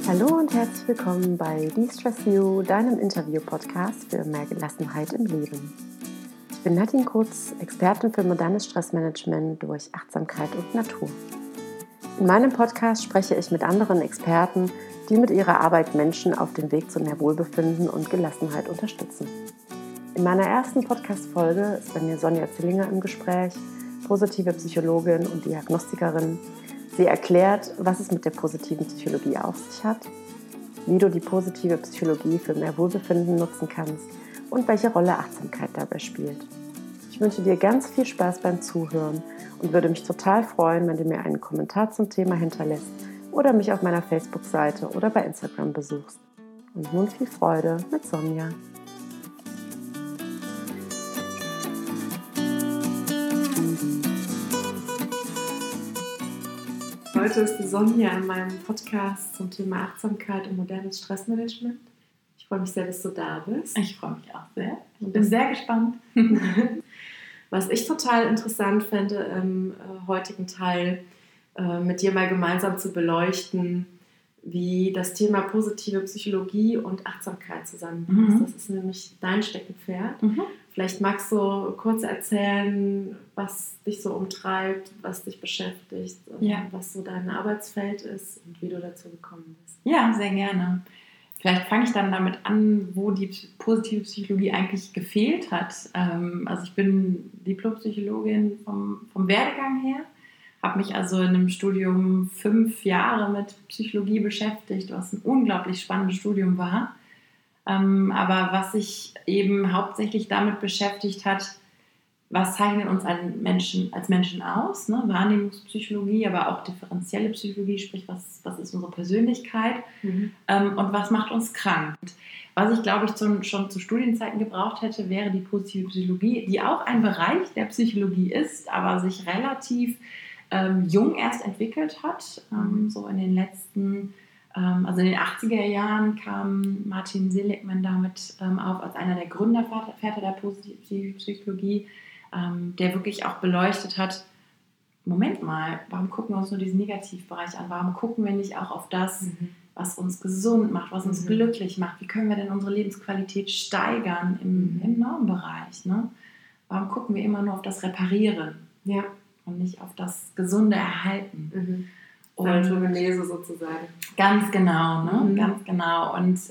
Hallo und herzlich willkommen bei De-Stress You, deinem Interview-Podcast für mehr Gelassenheit im Leben. Ich bin Nadine Kurz, Expertin für modernes Stressmanagement durch Achtsamkeit und Natur. In meinem Podcast spreche ich mit anderen Experten, die mit ihrer Arbeit Menschen auf dem Weg zu mehr Wohlbefinden und Gelassenheit unterstützen. In meiner ersten Podcast-Folge ist bei mir Sonja Zillinger im Gespräch, positive Psychologin und Diagnostikerin. Sie erklärt, was es mit der positiven Psychologie auf sich hat, wie du die positive Psychologie für mehr Wohlbefinden nutzen kannst und welche Rolle Achtsamkeit dabei spielt. Ich wünsche dir ganz viel Spaß beim Zuhören und würde mich total freuen, wenn du mir einen Kommentar zum Thema hinterlässt oder mich auf meiner Facebook-Seite oder bei Instagram besuchst. Und nun viel Freude mit Sonja. Heute ist die Sonja in meinem Podcast zum Thema Achtsamkeit und modernes Stressmanagement. Ich freue mich sehr, dass du da bist. Ich freue mich auch sehr. Ich bin sehr gespannt. Was ich total interessant fände im heutigen Teil, mit dir mal gemeinsam zu beleuchten, wie das Thema positive Psychologie und Achtsamkeit zusammenpasst. Das ist nämlich dein Steckenpferd. Vielleicht magst du kurz erzählen, was dich so umtreibt, was dich beschäftigt, was so dein Arbeitsfeld ist und wie du dazu gekommen bist. Ja, sehr gerne. Vielleicht fange ich dann damit an, wo die positive Psychologie eigentlich gefehlt hat. Also ich bin Diplompsychologin vom Werdegang her, habe mich also in einem Studium 5 Jahre mit Psychologie beschäftigt, was ein unglaublich spannendes Studium war. Aber was sich eben hauptsächlich damit beschäftigt hat, was zeichnet uns als Menschen aus, ne? Wahrnehmungspsychologie, aber auch differenzielle Psychologie, sprich, was ist unsere Persönlichkeit und was macht uns krank. Was ich, glaube ich, schon zu Studienzeiten gebraucht hätte, wäre die positive Psychologie, die auch ein Bereich der Psychologie ist, aber sich relativ jung erst entwickelt hat, so in den letzten also in den 80er Jahren kam Martin Seligman damit auf als einer der Gründerväter der positiven Psychologie, der wirklich auch beleuchtet hat, Moment mal, warum gucken wir uns nur diesen Negativbereich an? Warum gucken wir nicht auch auf das, was uns gesund macht, was uns glücklich macht? Wie können wir denn unsere Lebensqualität steigern im Normbereich? Ne? Warum gucken wir immer nur auf das Reparieren und nicht auf das gesunde Erhalten? Genese sozusagen. Ganz genau, ne? Ganz genau. Und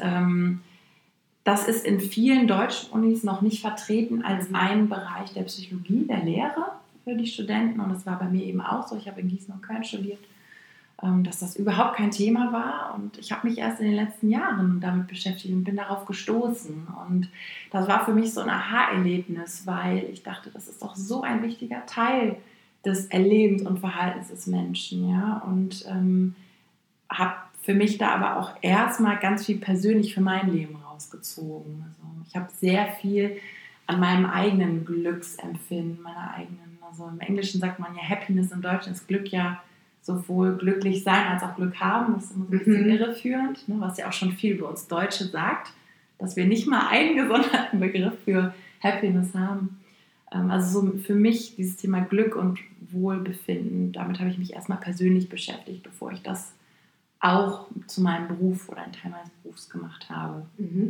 das ist in vielen deutschen Unis noch nicht vertreten als ein Bereich der Psychologie, der Lehre für die Studenten. Und das war bei mir eben auch so. Ich habe in Gießen und Köln studiert, dass das überhaupt kein Thema war. Und ich habe mich erst in den letzten Jahren damit beschäftigt und bin darauf gestoßen. Und das war für mich so ein Aha-Erlebnis, weil ich dachte, das ist doch so ein wichtiger Teil des Erlebens und Verhaltens des Menschen, ja, und habe für mich da aber auch erstmal ganz viel persönlich für mein Leben rausgezogen. Also ich habe sehr viel an meinem eigenen Glücksempfinden, also im Englischen sagt man ja Happiness, im Deutschen ist Glück ja sowohl glücklich sein als auch Glück haben, das ist immer so ein bisschen irreführend, ne, was ja auch schon viel über uns Deutsche sagt, dass wir nicht mal einen gesonderten Begriff für Happiness haben. Also so für mich dieses Thema Glück und Wohlbefinden, damit habe ich mich erstmal persönlich beschäftigt, bevor ich das auch zu meinem Beruf oder einen Teil meines Berufs gemacht habe.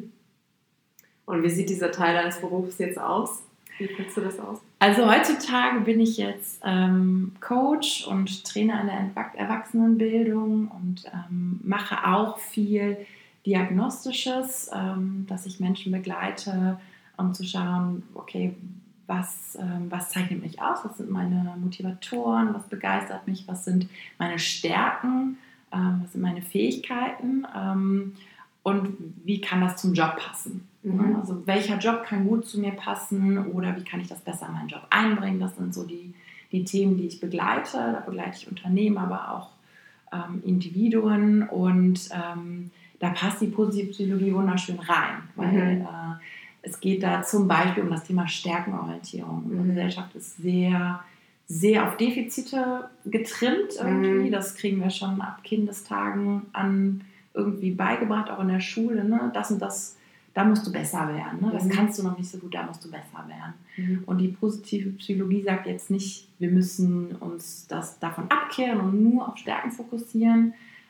Und wie sieht dieser Teil deines Berufs jetzt aus? Wie fühlst du das aus? Also heutzutage bin ich jetzt Coach und Trainer in der Erwachsenenbildung und mache auch viel Diagnostisches, dass ich Menschen begleite, um zu schauen, okay, was zeichnet mich aus, was sind meine Motivatoren, was begeistert mich, was sind meine Stärken, was sind meine Fähigkeiten und wie kann das zum Job passen. Also welcher Job kann gut zu mir passen oder wie kann ich das besser in meinen Job einbringen. Das sind so die Themen, die ich begleite. Da begleite ich Unternehmen, aber auch Individuen und da passt die positive Psychologie wunderschön rein, weil es geht da zum Beispiel um das Thema Stärkenorientierung. Unsere Gesellschaft ist sehr, sehr auf Defizite getrimmt irgendwie. Das kriegen wir schon ab Kindestagen an irgendwie beigebracht, auch in der Schule. Ne? Das und das, da musst du besser werden. Ne? Das kannst du noch nicht so gut, da musst du besser werden. Und die positive Psychologie sagt jetzt nicht, wir müssen uns das davon abkehren und nur auf Stärken fokussieren,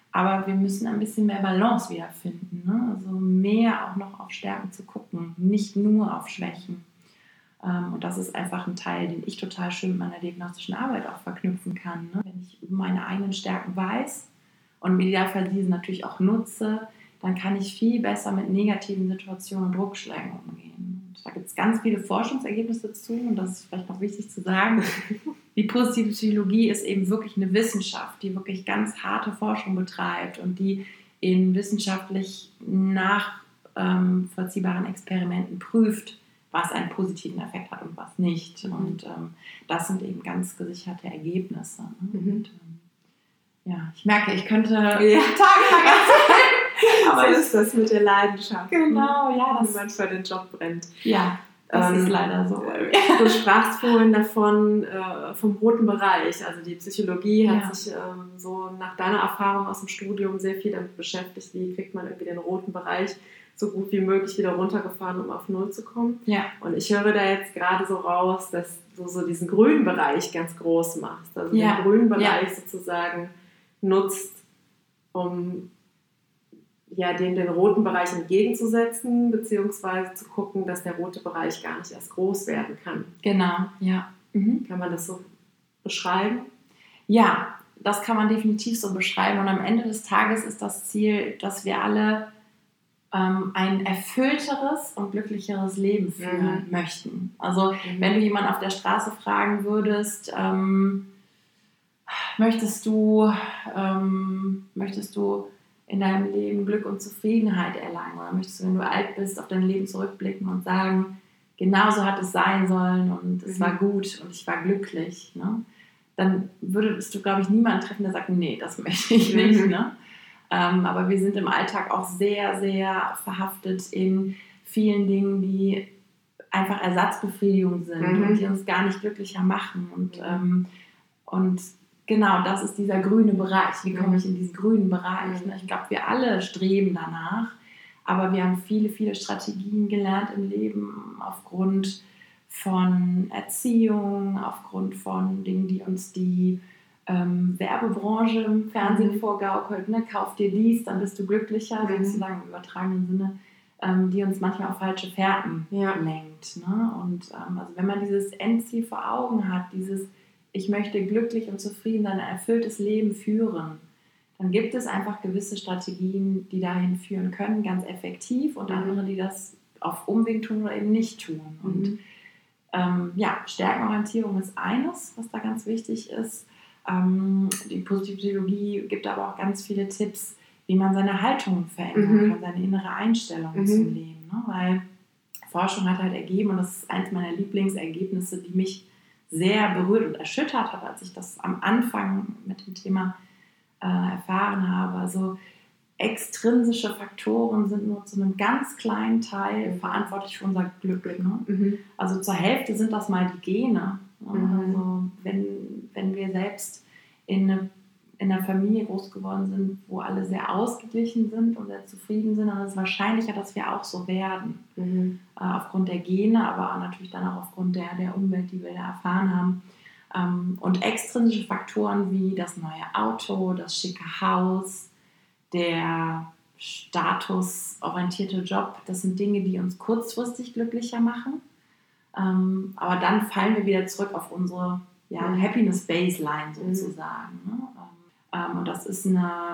Aber wir müssen ein bisschen mehr Balance wiederfinden. Ne? Also mehr auch noch auf Stärken zu gucken, nicht nur auf Schwächen. Und das ist einfach ein Teil, den ich total schön mit meiner diagnostischen Arbeit auch verknüpfen kann. Ne? Wenn ich meine eigenen Stärken weiß und im Idealfall diese natürlich auch nutze, dann kann ich viel besser mit negativen Situationen und Rückschlägen umgehen. Und da gibt es ganz viele Forschungsergebnisse zu und das ist vielleicht noch wichtig zu sagen. Die positive Psychologie ist eben wirklich eine Wissenschaft, die wirklich ganz harte Forschung betreibt und die in wissenschaftlich nachvollziehbaren Experimenten prüft, was einen positiven Effekt hat und was nicht. Und das sind eben ganz gesicherte Ergebnisse. Ne? Und, ja, ich merke, ich könnte tagelang erzählen. Aber so ist das mit der Leidenschaft. Genau, ja. Wenn man für den Job brennt. Ja, das ist leider so. Du sprachst vorhin davon, vom roten Bereich. Also die Psychologie hat sich so nach deiner Erfahrung aus dem Studium sehr viel damit beschäftigt, wie kriegt man irgendwie den roten Bereich so gut wie möglich wieder runtergefahren, um auf Null zu kommen. Ja. Und ich höre da jetzt gerade so raus, dass du so diesen grünen Bereich ganz groß machst. Also den grünen Bereich sozusagen nutzt, um dem den roten Bereich entgegenzusetzen, beziehungsweise zu gucken, dass der rote Bereich gar nicht erst groß werden kann. Genau, ja. Kann man das so beschreiben? Ja, das kann man definitiv so beschreiben. Und am Ende des Tages ist das Ziel, dass wir alle ein erfüllteres und glücklicheres Leben führen möchten. Also wenn du jemanden auf der Straße fragen würdest, möchtest du in deinem Leben Glück und Zufriedenheit erlangen oder möchtest du, wenn du alt bist, auf dein Leben zurückblicken und sagen, genau so hat es sein sollen und es war gut und ich war glücklich, ne? Dann würdest du, glaube ich, niemanden treffen, der sagt, nee, das möchte ich nicht. Ne? Aber wir sind im Alltag auch sehr, sehr verhaftet in vielen Dingen, die einfach Ersatzbefriedigung sind und die uns gar nicht glücklicher machen. Und genau, das ist dieser grüne Bereich. Wie komme ich in diesen grünen Bereich? Ich glaube, wir alle streben danach, aber wir haben viele, viele Strategien gelernt im Leben aufgrund von Erziehung, aufgrund von Dingen, die uns die Werbebranche im Fernsehen vorgaukelt. Ne? Kauf dir dies, dann bist du glücklicher, sozusagen im übertragenen Sinne, die uns manchmal auf falsche Fährten lenkt. Ne? Und also wenn man dieses Endziel vor Augen hat, dieses ich möchte glücklich und zufrieden ein erfülltes Leben führen, dann gibt es einfach gewisse Strategien, die dahin führen können, ganz effektiv und andere, die das auf Umweg tun oder eben nicht tun. Und Stärkenorientierung ist eines, was da ganz wichtig ist. Die positive Psychologie gibt aber auch ganz viele Tipps, wie man seine Haltung verändern kann, seine innere Einstellung zum Leben. Ne? Weil Forschung hat halt ergeben, und das ist eines meiner Lieblingsergebnisse, die mich sehr berührt und erschüttert hat, als ich das am Anfang mit dem Thema erfahren habe. Also extrinsische Faktoren sind nur zu einem ganz kleinen Teil verantwortlich für unser Glück. Ne? Also zur Hälfte sind das mal die Gene. Also wenn wir selbst in einer Familie groß geworden sind, wo alle sehr ausgeglichen sind und sehr zufrieden sind, dann ist es wahrscheinlicher, dass wir auch so werden. Aufgrund der Gene, aber auch natürlich dann auch aufgrund der Umwelt, die wir da erfahren haben. Und extrinsische Faktoren wie das neue Auto, das schicke Haus, der statusorientierte Job, das sind Dinge, die uns kurzfristig glücklicher machen. Aber dann fallen wir wieder zurück auf unsere Happiness-Baseline sozusagen. Ne? Und das ist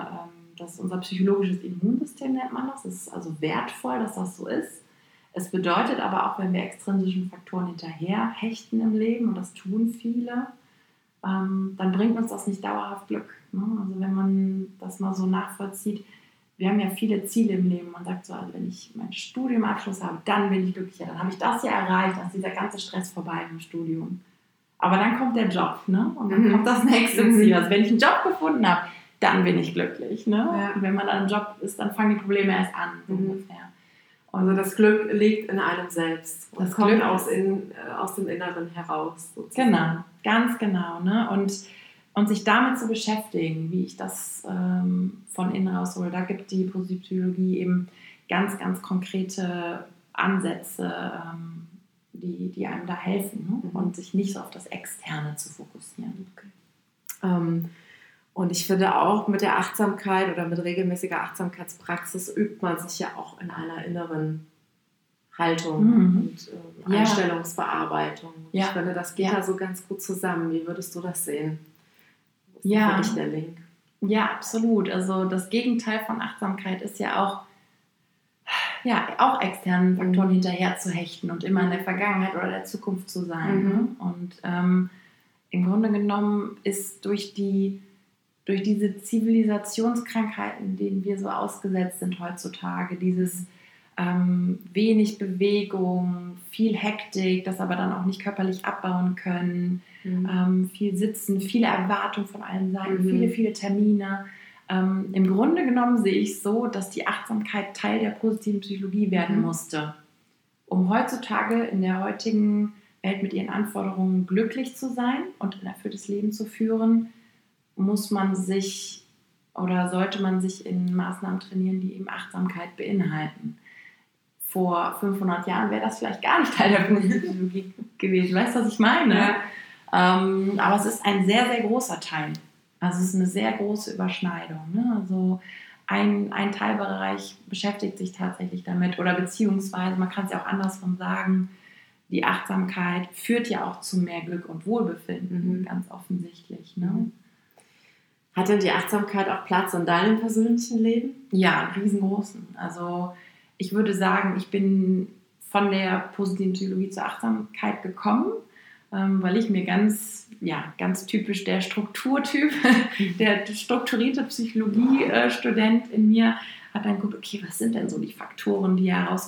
unser psychologisches Immunsystem, nennt man das. Es ist also wertvoll, dass das so ist. Es bedeutet aber auch, wenn wir extrinsischen Faktoren hinterher hechten im Leben, und das tun viele, dann bringt uns das nicht dauerhaft Glück. Ne? Also wenn man das mal so nachvollzieht, wir haben ja viele Ziele im Leben. Man sagt so, also wenn ich mein Studium Abschluss habe, dann bin ich glücklicher. Dann habe ich das ja erreicht, dann ist dieser ganze Stress vorbei im Studium. Aber dann kommt der Job, ne? Und dann kommt das nächste Ziel. Also wenn ich einen Job gefunden habe, dann bin ich glücklich. Ne? Ja. Und wenn man dann im Job ist, dann fangen die Probleme erst an, ungefähr. Also das Glück liegt in einem selbst. Das kommt aus dem Inneren heraus. Sozusagen. Genau, ganz genau. Ne? Und sich damit zu beschäftigen, wie ich das von innen raushole, da gibt die positive Psychologie eben ganz, ganz konkrete Ansätze, die einem da helfen, ne? Und sich nicht so auf das Externe zu fokussieren. Okay. Und ich finde auch mit der Achtsamkeit oder mit regelmäßiger Achtsamkeitspraxis übt man sich ja auch in einer inneren Haltung und Einstellungsbearbeitung. Ich finde, das geht da so ganz gut zusammen. Wie würdest du das sehen? Wo ist für dich der Link? Ja, absolut. Also das Gegenteil von Achtsamkeit ist auch externen Faktoren hinterher zu hechten und immer in der Vergangenheit oder der Zukunft zu sein. Ne? Und im Grunde genommen ist durch diese Zivilisationskrankheiten, denen wir so ausgesetzt sind heutzutage, dieses wenig Bewegung, viel Hektik, das aber dann auch nicht körperlich abbauen können, viel Sitzen, viele Erwartungen von allen Seiten, viele Termine. Im Grunde genommen sehe ich so, dass die Achtsamkeit Teil der positiven Psychologie werden musste, um heutzutage in der heutigen Welt mit ihren Anforderungen glücklich zu sein und ein erfülltes Leben zu führen, sollte man sich in Maßnahmen trainieren, die eben Achtsamkeit beinhalten. Vor 500 Jahren wäre das vielleicht gar nicht Teil der Psychologie gewesen. Weißt du, was ich meine? Ja. Aber es ist ein sehr, sehr großer Teil. Also es ist eine sehr große Überschneidung. Ne? Also ein Teilbereich beschäftigt sich tatsächlich damit oder beziehungsweise, man kann es ja auch andersrum sagen, die Achtsamkeit führt ja auch zu mehr Glück und Wohlbefinden, ganz offensichtlich. Ne? Hat denn die Achtsamkeit auch Platz in deinem persönlichen Leben? Ja, einen riesengroßen. Also ich würde sagen, ich bin von der positiven Psychologie zur Achtsamkeit gekommen, weil ich mir ganz typisch der Strukturtyp, der strukturierte Psychologie-Student in mir hat dann geguckt, okay, was sind denn so die Faktoren,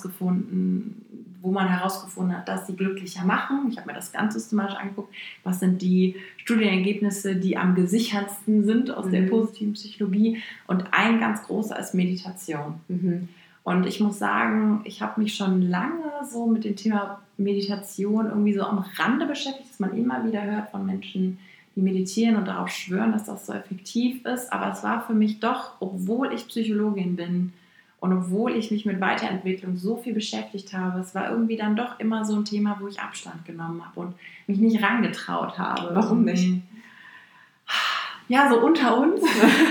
wo man herausgefunden hat, dass sie glücklicher machen. Ich habe mir das ganz systematisch angeguckt. Was sind die Studienergebnisse, die am gesichertsten sind aus der positiven Psychologie? Und ein ganz großer ist Meditation. Und ich muss sagen, ich habe mich schon lange so mit dem Thema Meditation irgendwie so am Rande beschäftigt, dass man immer wieder hört von Menschen, die meditieren und darauf schwören, dass das so effektiv ist. Aber es war für mich doch, obwohl ich Psychologin bin und obwohl ich mich mit Weiterentwicklung so viel beschäftigt habe, es war irgendwie dann doch immer so ein Thema, wo ich Abstand genommen habe und mich nicht rangetraut habe. Warum nicht? Ja, so unter uns.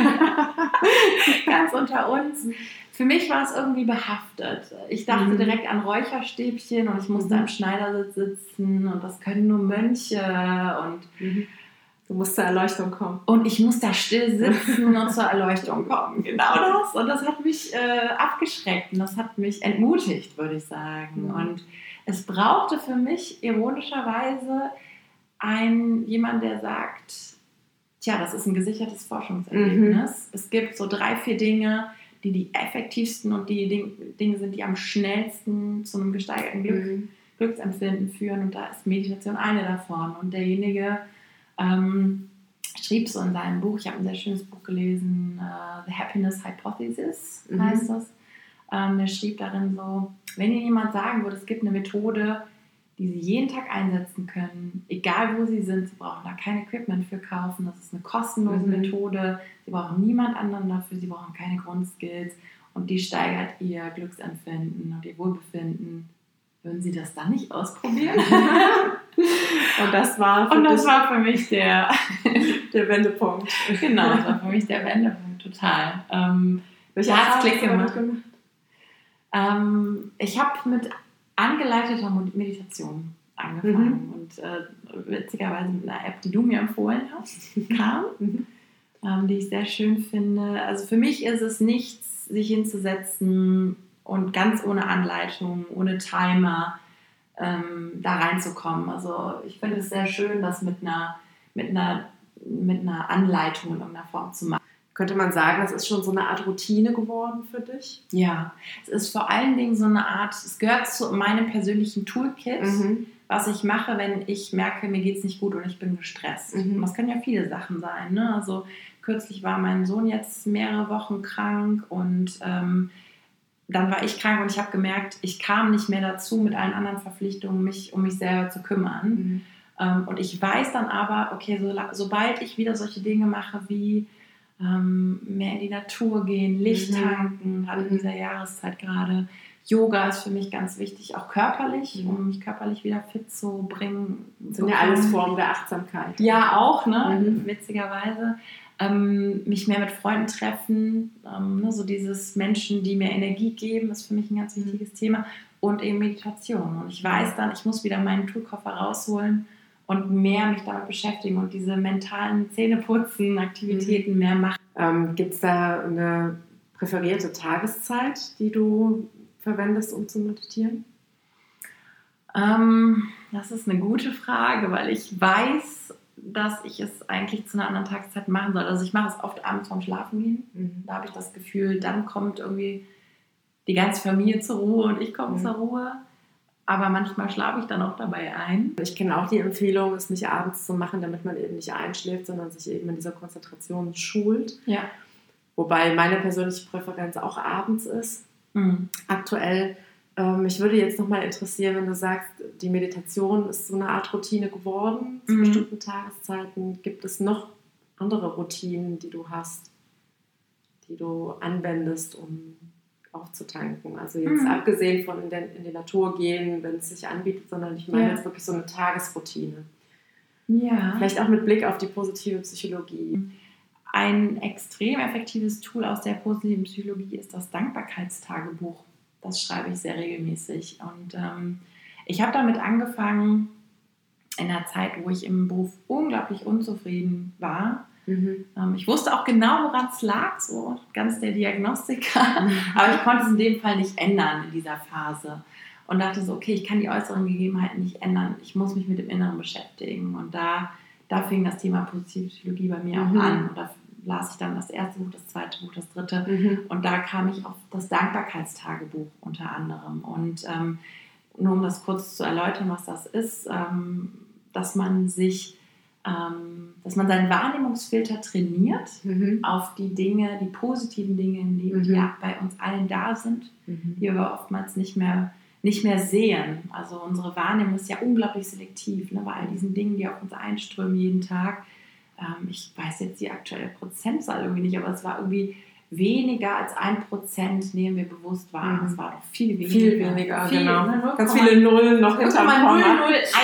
Ganz unter uns. Für mich war es irgendwie behaftet. Ich dachte direkt an Räucherstäbchen und ich musste am Schneidersitz sitzen und das können nur Mönche und du musst zur Erleuchtung kommen. Und ich muss da still sitzen und zur Erleuchtung kommen. Genau das. Und das hat mich abgeschreckt und das hat mich entmutigt, würde ich sagen. Und es brauchte für mich ironischerweise jemand, der sagt, tja, das ist ein gesichertes Forschungsergebnis. Es gibt so 3-4 Dinge, die effektivsten und die Dinge sind, die am schnellsten zu einem gesteigerten Glücksempfinden führen. Und da ist Meditation eine davon. Und derjenige schrieb so in seinem Buch, ich habe ein sehr schönes Buch gelesen, The Happiness Hypothesis heißt das. Der schrieb darin so, wenn Ihnen jemand sagen würde, es gibt eine Methode, die Sie jeden Tag einsetzen können, egal wo Sie sind, Sie brauchen da kein Equipment für kaufen, das ist eine kostenlose Methode, Sie brauchen niemand anderen dafür, Sie brauchen keine Grundskills und die steigert Ihr Glücksempfinden und Ihr Wohlbefinden. Würden Sie das dann nicht ausprobieren? Und das war für mich der Wendepunkt. Genau, das war für mich der Wendepunkt, total. Welcher Herzklick gemacht? Ich habe mit angeleiteter Meditation angefangen und witzigerweise mit einer App, die du mir empfohlen hast, die ich sehr schön finde. Also für mich ist es nichts, sich hinzusetzen und ganz ohne Anleitung, ohne Timer da reinzukommen. Also ich finde es sehr schön, das mit einer Anleitung in irgendeiner Form zu machen. Könnte man sagen, das ist schon so eine Art Routine geworden für dich? Ja, es ist vor allen Dingen so eine Art, es gehört zu meinem persönlichen Toolkit, was ich mache, wenn ich merke, mir geht es nicht gut und ich bin gestresst. Und das können ja viele Sachen sein. Ne? Also kürzlich war mein Sohn jetzt mehrere Wochen krank und dann war ich krank und ich habe gemerkt, ich kam nicht mehr dazu, mit allen anderen Verpflichtungen mich um mich selber zu kümmern. Und ich weiß dann aber, okay, sobald ich wieder solche Dinge mache wie mehr in die Natur gehen, Licht tanken, gerade in dieser Jahreszeit gerade, Yoga ist für mich ganz wichtig, auch körperlich, um mich körperlich wieder fit zu bringen. Das sind ja alles Formen der Achtsamkeit. Ja, auch, ne? Witzigerweise. Mich mehr mit Freunden treffen, so dieses Menschen, die mir Energie geben, ist für mich ein ganz wichtiges Thema. Und eben Meditation. Und ich weiß dann, ich muss wieder meinen Toolkoffer rausholen und mehr mich damit beschäftigen und diese mentalen Zähneputzen-Aktivitäten mehr machen. Gibt es da eine präferierte Tageszeit, die du verwendest, um zu meditieren? Das ist eine gute Frage, weil ich weiß, dass ich es eigentlich zu einer anderen Tageszeit machen soll. Also ich mache es oft abends vorm Schlafengehen. Da habe ich das Gefühl, dann kommt irgendwie die ganze Familie zur Ruhe und ich komme zur Ruhe. Aber manchmal schlafe ich dann auch dabei ein. Ich kenne auch die Empfehlung, es nicht abends zu machen, damit man eben nicht einschläft, sondern sich eben in dieser Konzentration schult. Ja. Wobei meine persönliche Präferenz auch abends ist. Aktuell. Mich würde jetzt nochmal interessieren, wenn du sagst, die Meditation ist so eine Art Routine geworden zu bestimmten Tageszeiten. Gibt es noch andere Routinen, die du hast, die du anwendest, um aufzutanken? Also jetzt abgesehen von in die Natur gehen, wenn es sich anbietet, sondern ich meine jetzt wirklich so eine Tagesroutine. Ja. Vielleicht auch mit Blick auf die positive Psychologie. Ein extrem effektives Tool aus der positiven Psychologie ist das Dankbarkeitstagebuch. Das schreibe ich sehr regelmäßig. Und ich habe damit angefangen in einer Zeit, wo ich im Beruf unglaublich unzufrieden war. Ich wusste auch genau, woran es lag, so ganz der Diagnostiker. Aber ich konnte es in dem Fall nicht ändern in dieser Phase. Und dachte so, okay, ich kann die äußeren Gegebenheiten nicht ändern. Ich muss mich mit dem Inneren beschäftigen. Und da fing das Thema positive Psychologie bei mir auch an. Und da las ich dann das erste Buch, das zweite Buch, das dritte. Und da kam ich auf das Dankbarkeitstagebuch unter anderem. Und nur um das kurz zu erläutern, was das ist, dass man seinen Wahrnehmungsfilter trainiert auf die Dinge, die positiven Dinge im Leben, die ja bei uns allen da sind, die wir aber oftmals nicht mehr sehen. Also unsere Wahrnehmung ist ja unglaublich selektiv, ne, bei all diesen Dingen, die auf uns einströmen jeden Tag. Ich weiß jetzt die aktuelle Prozentzahl irgendwie nicht, aber es war irgendwie weniger als 1% nehmen wir bewusst wahr. Es war doch viel weniger. Viel weniger, genau. Ne? Ganz viele Nullen noch hinterm Komma.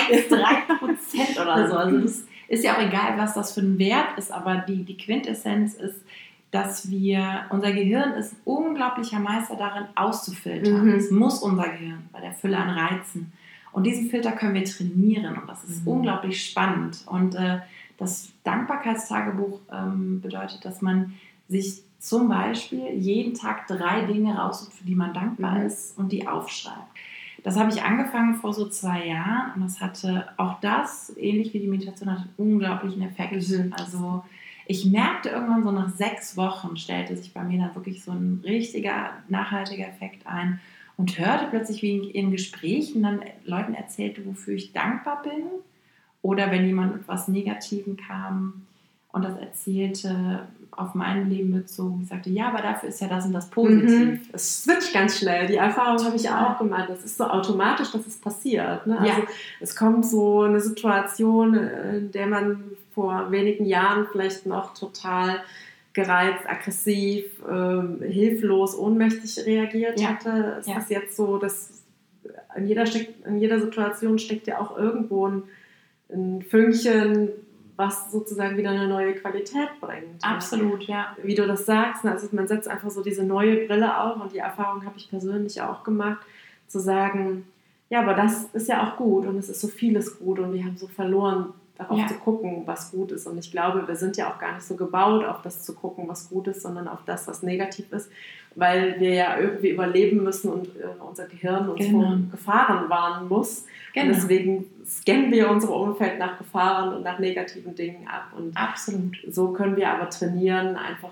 0,013% oder so. Also das ist ja auch egal, was das für ein Wert ist, aber die Quintessenz ist, dass unser Gehirn ist ein unglaublicher Meister darin, auszufiltern. Es muss unser Gehirn bei der Fülle an Reizen. Und diesen Filter können wir trainieren und das ist unglaublich spannend. Und das Dankbarkeitstagebuch bedeutet, dass man sich zum Beispiel jeden Tag 3 Dinge raussucht, für die man dankbar ist und die aufschreibt. Das habe ich angefangen vor so 2 Jahren und das hatte auch das, ähnlich wie die Meditation, hat einen unglaublichen Effekt. Also ich merkte irgendwann so nach 6 Wochen stellte sich bei mir dann wirklich so ein richtiger, nachhaltiger Effekt ein und hörte plötzlich, wie in Gesprächen dann Leuten erzählte, wofür ich dankbar bin. Oder wenn jemand mit was Negativem kam und das erzählte, auf mein Leben bezogen, ich sagte, ja, aber dafür ist ja das und das positiv. Es switcht ganz schnell. Die Erfahrung habe ich auch gemacht. Das ist so automatisch, dass es passiert. Ne? Also es kommt so eine Situation, in der man vor wenigen Jahren vielleicht noch total gereizt, aggressiv, hilflos, ohnmächtig reagiert hatte. Es ist jetzt so, dass in jeder Situation steckt ja auch irgendwo ein Fünkchen, was sozusagen wieder eine neue Qualität bringt. Absolut, ja. Wie du das sagst, also man setzt einfach so diese neue Brille auf und die Erfahrung habe ich persönlich auch gemacht, zu sagen, ja, aber das ist ja auch gut und es ist so vieles gut und wir haben so verloren, darauf zu gucken, was gut ist. Und ich glaube, wir sind ja auch gar nicht so gebaut, auf das zu gucken, was gut ist, sondern auf das, was negativ ist, weil wir ja irgendwie überleben müssen und unser Gehirn uns vor Gefahren warnen muss. Und deswegen scannen wir unser Umfeld nach Gefahren und nach negativen Dingen ab. Und absolut. So können wir aber trainieren, einfach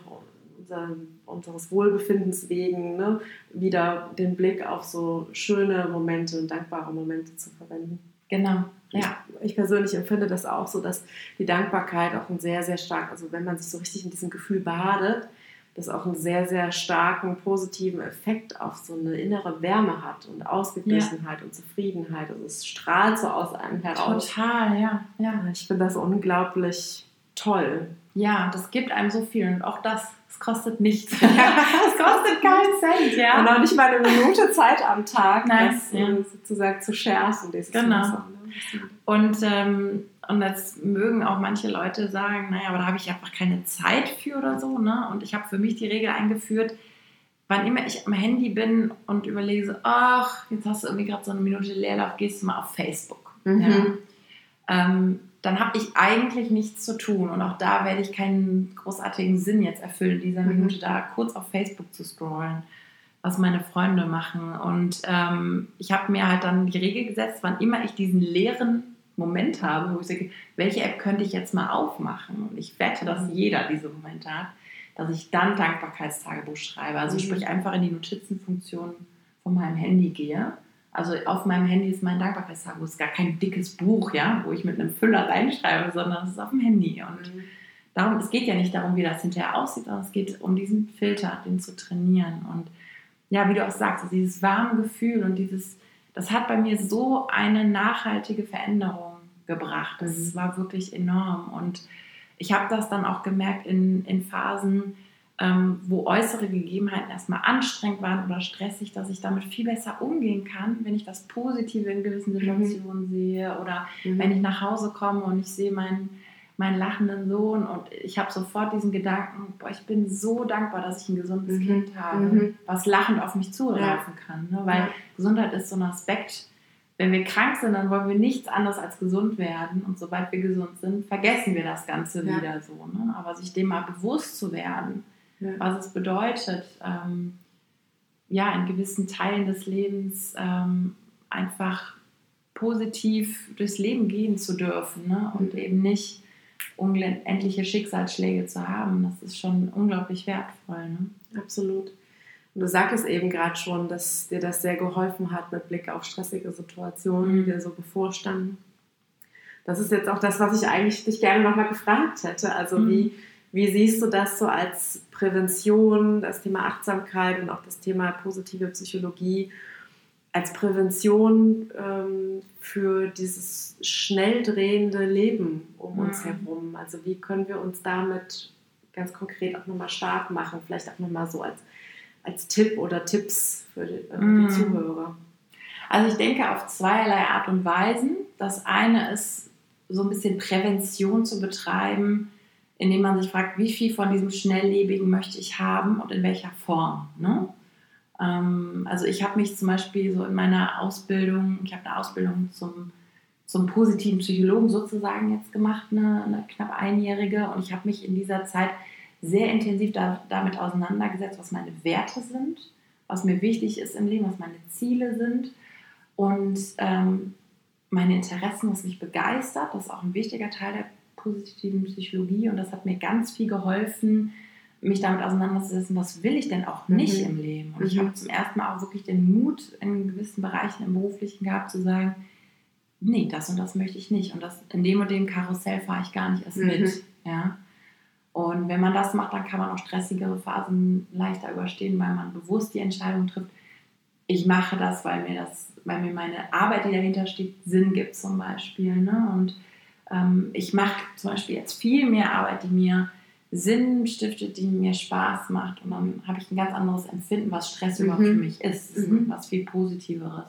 unseres Wohlbefindens wegen, ne, wieder den Blick auf so schöne Momente und dankbare Momente zu verwenden. Genau. Ja. Ich persönlich empfinde das auch so, dass die Dankbarkeit auch einen sehr, sehr stark, also wenn man sich so richtig in diesem Gefühl badet, das auch einen sehr, sehr starken positiven Effekt auf so eine innere Wärme hat und Ausgeglichenheit und Zufriedenheit. Also es strahlt so aus einem heraus. Total, ja. Ich finde das unglaublich toll. Ja, das gibt einem so viel und auch das kostet nichts. Es kostet keinen Cent, ja. Und auch nicht mal eine Minute Zeit am Tag, Nein, das sozusagen zu schärfen. Genau. Und jetzt mögen auch manche Leute sagen, naja, aber da habe ich einfach keine Zeit für oder so. Ne? Und ich habe für mich die Regel eingeführt, wann immer ich am Handy bin und überlege so, ach, jetzt hast du irgendwie gerade so eine Minute Leerlauf, gehst du mal auf Facebook. Ja? Dann habe ich eigentlich nichts zu tun. Und auch da werde ich keinen großartigen Sinn jetzt erfüllen, dieser Minute da kurz auf Facebook zu scrollen, was meine Freunde machen. Und ich habe mir halt dann die Regel gesetzt, wann immer ich diesen leeren Moment habe, wo ich sage, welche App könnte ich jetzt mal aufmachen? Und ich wette, dass jeder diese Momente hat, dass ich dann Dankbarkeitstagebuch schreibe. Also sprich einfach in die Notizenfunktion von meinem Handy gehe. Also auf meinem Handy ist mein Dankbarkeitstagebuch. Es ist gar kein dickes Buch, ja, wo ich mit einem Füller reinschreibe, sondern es ist auf dem Handy. Und darum, es geht ja nicht darum, wie das hinterher aussieht, sondern es geht um diesen Filter, den zu trainieren. Und ja, wie du auch sagst, also dieses warme Gefühl und das hat bei mir so eine nachhaltige Veränderung gebracht. Das war wirklich enorm. Und ich habe das dann auch gemerkt in Phasen, wo äußere Gegebenheiten erstmal anstrengend waren oder stressig, dass ich damit viel besser umgehen kann, wenn ich das Positive in gewissen Situationen sehe oder wenn ich nach Hause komme und ich sehe meinen lachenden Sohn und ich habe sofort diesen Gedanken, boah, ich bin so dankbar, dass ich ein gesundes Kind habe, was lachend auf mich zulaufen kann. Ne? Weil Gesundheit ist so ein Aspekt, wenn wir krank sind, dann wollen wir nichts anderes als gesund werden und sobald wir gesund sind, vergessen wir das Ganze wieder so. Ne? Aber sich dem mal bewusst zu werden, was es bedeutet, in gewissen Teilen des Lebens einfach positiv durchs Leben gehen zu dürfen, ne? Und eben nicht unendliche Schicksalsschläge zu haben, das ist schon unglaublich wertvoll. Ne? Absolut. Und du sagtest eben gerade schon, dass dir das sehr geholfen hat mit Blick auf stressige Situationen, die dir so bevorstanden. Das ist jetzt auch das, was ich eigentlich dich gerne nochmal gefragt hätte. Also wie siehst du das so als Prävention, das Thema Achtsamkeit und auch das Thema positive Psychologie als Prävention für dieses schnell drehende Leben um uns herum? Also wie können wir uns damit ganz konkret auch nochmal stark machen? Vielleicht auch nochmal so als Tipp oder Tipps für die Zuhörer. Also ich denke auf zweierlei Art und Weisen. Das eine ist, so ein bisschen Prävention zu betreiben, indem man sich fragt, wie viel von diesem Schnelllebigen möchte ich haben und in welcher Form. Ne? Also ich habe mich zum Beispiel so in meiner Ausbildung, ich habe eine Ausbildung zum positiven Psychologen sozusagen jetzt gemacht, eine knapp einjährige, und ich habe mich in dieser Zeit sehr intensiv damit auseinandergesetzt, was meine Werte sind, was mir wichtig ist im Leben, was meine Ziele sind und meine Interessen, was mich begeistert. Das ist auch ein wichtiger Teil der positiven Psychologie und das hat mir ganz viel geholfen, mich damit auseinanderzusetzen, was will ich denn auch nicht im Leben. Und ich habe zum ersten Mal auch wirklich den Mut in gewissen Bereichen im Beruflichen gehabt, zu sagen, nee, das und das möchte ich nicht und das in dem und dem Karussell fahre ich gar nicht erst mit. Ja? Und wenn man das macht, dann kann man auch stressigere Phasen leichter überstehen, weil man bewusst die Entscheidung trifft, ich mache das, weil mir meine Arbeit, die dahinter steht, Sinn gibt zum Beispiel. Ne? Und ich mache zum Beispiel jetzt viel mehr Arbeit, die mir Sinn stiftet, die mir Spaß macht. Und dann habe ich ein ganz anderes Empfinden, was Stress überhaupt für mich ist. Das ist was viel Positiveres.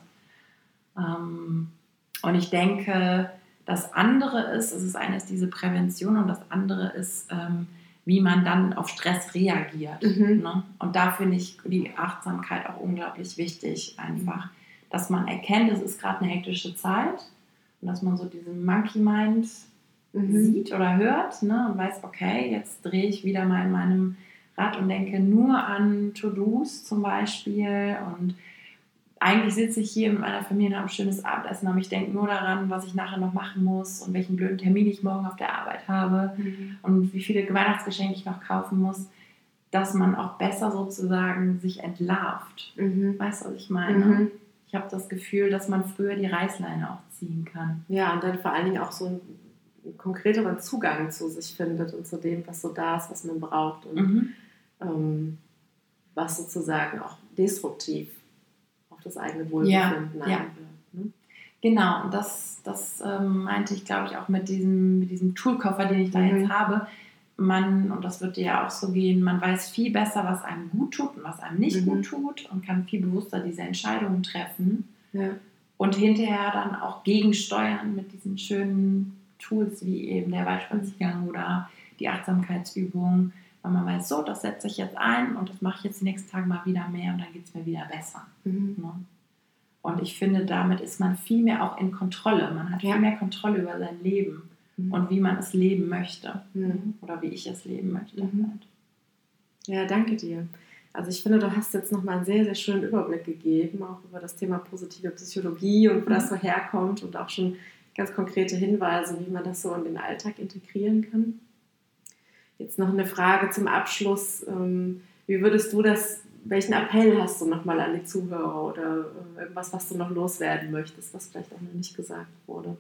Und ich denke, das andere ist, diese Prävention und das andere ist, wie man dann auf Stress reagiert. Ne? Und da finde ich die Achtsamkeit auch unglaublich wichtig, einfach, dass man erkennt, es ist gerade eine hektische Zeit und dass man so diesen Monkey Mind sieht oder hört, ne? Und weiß, okay, jetzt drehe ich wieder mal in meinem Rad und denke nur an To-Dos zum Beispiel und eigentlich sitze ich hier mit meiner Familie und habe ein schönes Abendessen, aber ich denke nur daran, was ich nachher noch machen muss und welchen blöden Termin ich morgen auf der Arbeit habe und wie viele Weihnachtsgeschenke ich noch kaufen muss, dass man auch besser sozusagen sich entlarvt. Weißt du, was ich meine? Ich habe das Gefühl, dass man früher die Reißleine auch ziehen kann. Ja, und dann vor allen Dingen auch so einen konkreteren Zugang zu sich findet und zu dem, was so da ist, was man braucht und was sozusagen auch destruktiv das eigene Wohlbefinden wird. Ne? Genau, und das meinte ich, glaube ich, auch mit diesem Toolkoffer, den ich da jetzt habe. und das wird dir ja auch so gehen, man weiß viel besser, was einem gut tut und was einem nicht gut tut und kann viel bewusster diese Entscheidungen treffen. Ja. Und hinterher dann auch gegensteuern mit diesen schönen Tools wie eben der Waldspaziergang oder die Achtsamkeitsübung, weil man weiß, so, das setze ich jetzt ein und das mache ich jetzt die nächsten Tage mal wieder mehr und dann geht es mir wieder besser. Ne? Und ich finde, damit ist man viel mehr auch in Kontrolle. Man hat viel mehr Kontrolle über sein Leben und wie man es leben möchte oder wie ich es leben möchte. Ja, danke dir. Also ich finde, du hast jetzt nochmal einen sehr, sehr schönen Überblick gegeben, auch über das Thema positive Psychologie und wo das so herkommt und auch schon ganz konkrete Hinweise, wie man das so in den Alltag integrieren kann. Jetzt noch eine Frage zum Abschluss. Wie würdest du welchen Appell hast du nochmal an die Zuhörer oder irgendwas, was du noch loswerden möchtest, was vielleicht auch noch nicht gesagt wurde?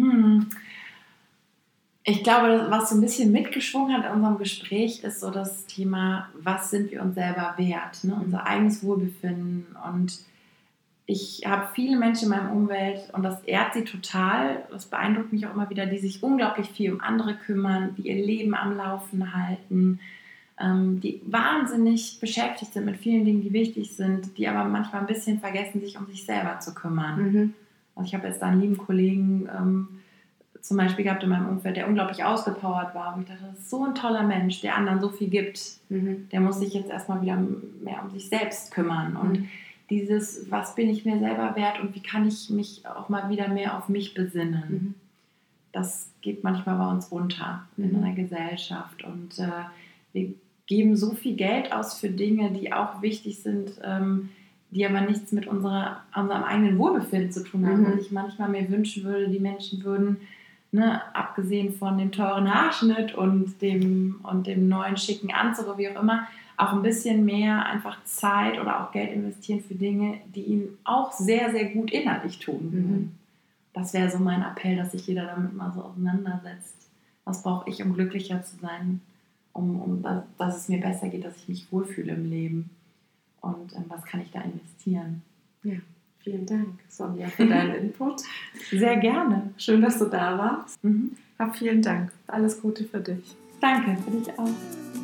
Ich glaube, was so ein bisschen mitgeschwungen hat in unserem Gespräch, ist so das Thema, was sind wir uns selber wert, ne? Unser eigenes Wohlbefinden. Und ich habe viele Menschen in meinem Umfeld und das ehrt sie total, das beeindruckt mich auch immer wieder, die sich unglaublich viel um andere kümmern, die ihr Leben am Laufen halten, die wahnsinnig beschäftigt sind mit vielen Dingen, die wichtig sind, die aber manchmal ein bisschen vergessen, sich um sich selber zu kümmern. Also ich habe jetzt da einen lieben Kollegen zum Beispiel gehabt in meinem Umfeld, der unglaublich ausgepowert war. Und ich dachte, das ist so ein toller Mensch, der anderen so viel gibt. Der muss sich jetzt erstmal wieder mehr um sich selbst kümmern. Und dieses, was bin ich mir selber wert und wie kann ich mich auch mal wieder mehr auf mich besinnen. Das geht manchmal bei uns unter in einer Gesellschaft. Und wir geben so viel Geld aus für Dinge, die auch wichtig sind, die aber nichts mit unserem eigenen Wohlbefinden zu tun haben. Und ich manchmal mir wünschen würde, die Menschen würden, abgesehen von dem teuren Haarschnitt und dem neuen schicken Anzug oder wie auch immer, auch ein bisschen mehr einfach Zeit oder auch Geld investieren für Dinge, die ihnen auch sehr, sehr gut innerlich tun. Das wäre so mein Appell, dass sich jeder damit mal so auseinandersetzt. Was brauche ich, um glücklicher zu sein, dass es mir besser geht, dass ich mich wohlfühle im Leben und was kann ich da investieren? Ja. Vielen Dank, Sonja, für deinen Input. Sehr gerne. Schön, dass du da warst. Hab vielen Dank. Alles Gute für dich. Danke, für dich auch.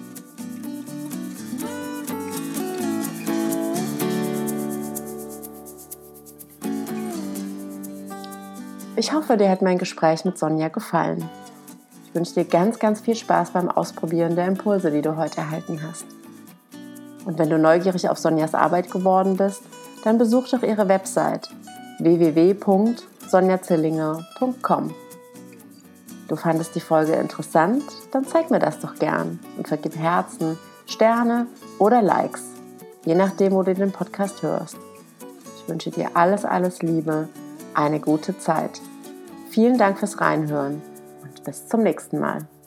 Ich hoffe, dir hat mein Gespräch mit Sonja gefallen. Ich wünsche dir ganz, ganz viel Spaß beim Ausprobieren der Impulse, die du heute erhalten hast. Und wenn du neugierig auf Sonjas Arbeit geworden bist, dann besuch doch ihre Website www.sonjazillinger.com. Du fandest die Folge interessant? Dann zeig mir das doch gern und vergib Herzen, Sterne oder Likes, je nachdem, wo du den Podcast hörst. Ich wünsche dir alles, alles Liebe, eine gute Zeit. Vielen Dank fürs Reinhören und bis zum nächsten Mal.